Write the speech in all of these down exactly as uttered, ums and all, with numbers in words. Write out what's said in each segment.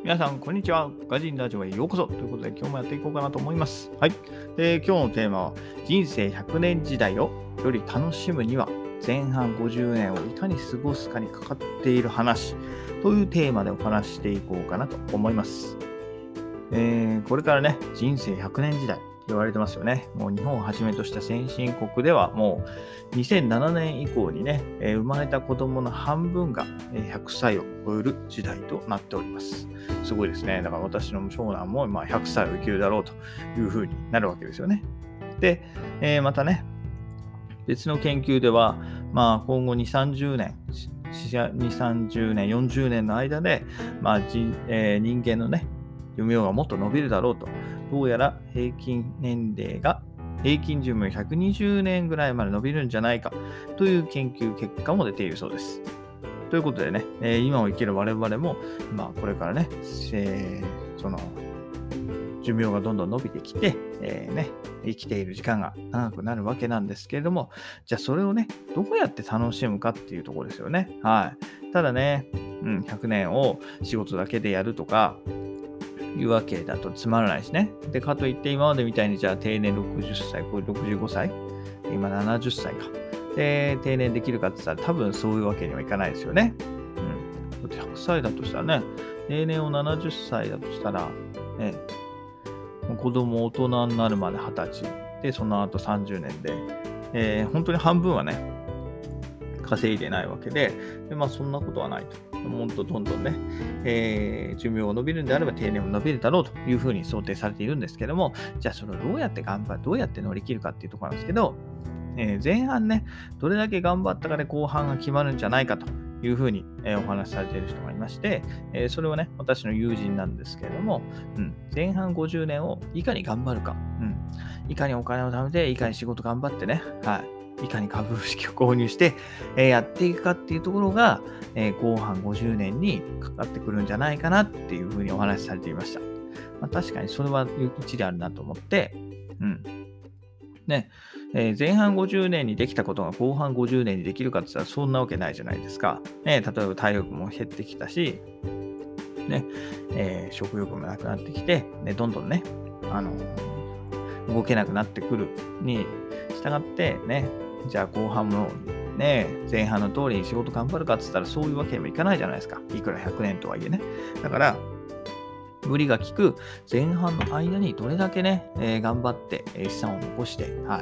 皆さん、こんにちは。ガジンラジオへようこそということで、今日もやっていこうかなと思います。はい。で、今日のテーマは、人生ひゃくねん時代をより楽しむには、前半ごじゅうねんをいかに過ごすかにかかっている話というテーマでお話ししていこうかなと思います。えー、これからね、人生ひゃくねん時代。言われてますよね。もう日本をはじめとした先進国ではもうにせんななねん以降にね、えー、生まれた子供の半分がひゃくさいを超える時代となっております。すごいですね。だから私の長男もまあひゃくさいを生きるだろうというふうになるわけですよね。で、えー、またね、別の研究では、まあ、今後にじゅう、さんじゅうねん、にじゅう、さんじゅうねん、よんじゅうねんの間で、まあじえー、人間のね、寿命がもっと伸びるだろうと。どうやら平均年齢が平均寿命ひゃくにじゅうねんぐらいまで伸びるんじゃないかという研究結果も出ているそうです。ということでね、えー、今を生きる我々も、まあ、これからね、えー、その寿命がどんどん伸びてきて、えーね、生きている時間が長くなるわけなんですけれども、じゃあそれをね、どうやって楽しむかっていうところですよね。はい。ただね、うん、ひゃくねんを仕事だけでやるとか、いうわけだとつまらないしね。で、かといって今までみたいにじゃあ定年ろくじゅっさい、これろくじゅうごさい、今ななじゅっさいか。で、定年できるかって言ったら多分そういうわけにはいかないですよね。うん。だってひゃくさいだとしたらね、定年をななじゅっさいだとしたら、ね、子供大人になるまではたち。で、その後さんじゅうねんで、えー、本当に半分はね、稼いでないわけで、でまあそんなことはないと。もっとどんどんね、えー、寿命が伸びるんであれば定年も伸びるだろうというふうに想定されているんですけども、じゃあそれをどうやって頑張る、どうやって乗り切るかっていうところなんですけど、えー、前半ね、どれだけ頑張ったかで後半が決まるんじゃないかというふうに、えー、お話しされている人がいまして、えー、それはね、私の友人なんですけれども、うん、前半ごじゅうねんをいかに頑張るか、うん、いかにお金を貯めて、いかに仕事頑張ってね、はい。いかに株式を購入して、えー、やっていくかっていうところが、えー、後半ごじゅうねんにかかってくるんじゃないかなっていうふうにお話しされていました。まあ、確かにそれは一理あるなと思って、うん。ね、えー、前半ごじゅうねんにできたことが後半ごじゅうねんにできるかって言ったらそんなわけないじゃないですか。ね、例えば体力も減ってきたし、ね、えー、食欲もなくなってきて、ね、どんどんね、あのー、動けなくなってくるに従ってね、じゃあ後半もね、前半の通りに仕事頑張るかって言ったらそういうわけにもいかないじゃないですか。いくらひゃくねんとはいえね。だから、無理が効く前半の間にどれだけね、えー、頑張って、えー、資産を残して、はい、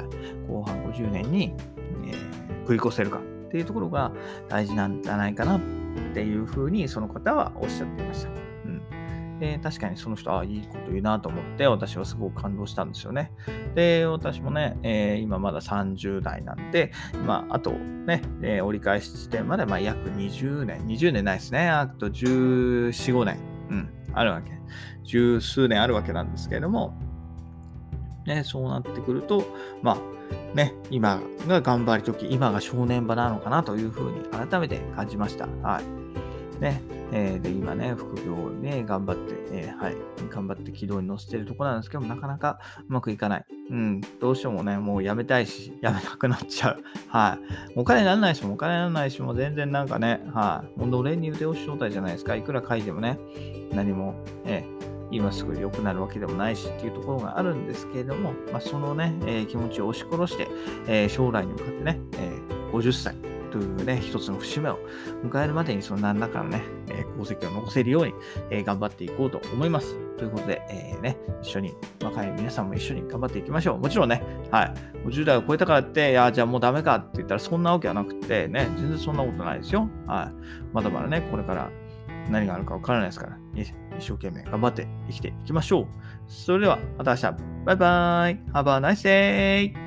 後半ごじゅうねんに、えー、繰り越せるかっていうところが大事なんじゃないかなっていうふうにその方はおっしゃっていました。うんで確かにその人、ああ、いいこと言うなと思って、私はすごく感動したんですよね。で、私もね、えー、今まださんじゅうだいなんで、まあ、あとね、えー、折り返し地点まで、まあ、約にじゅうねん、にじゅうねんないですね。あとじゅうよん、ごねん、うん、あるわけ。十数年あるわけなんですけれども、ね、そうなってくると、まあ、ね、今が頑張り時、今が正念場なのかなというふうに改めて感じました。はい。ね、えー、で、今ね、副業をね、頑張って、えー、はい、頑張って軌道に乗せてるところなんですけども、なかなかうまくいかない。うん、どうしてもね、もうやめたいし、やめなくなっちゃう。はい。お金にならないしも、お金にならないしも、全然なんかね、はい。もうのれんに腕押し状態じゃないですか。いくら書いてもね、何も、えー今すぐ良くなるわけでもないしっていうところがあるんですけれども、まあ、そのね、えー、気持ちを押し殺して、えー、将来に向かってね、えー、ごじゅっさいというね、一つの節目を迎えるまでにその何らかのね、えー、功績を残せるように、えー、頑張っていこうと思います。ということで、えー、ね、一緒に、若い皆さんも一緒に頑張っていきましょう。もちろんね、はい、ごじゅうだいを超えたからって、いや、じゃあもうダメかって言ったらそんなわけはなくて、ね、全然そんなことないですよ。はい。まだまだね、これから何があるかわからないですから、一生懸命頑張って生きていきましょう。それではまた明日。バイバイ。Have a nice day!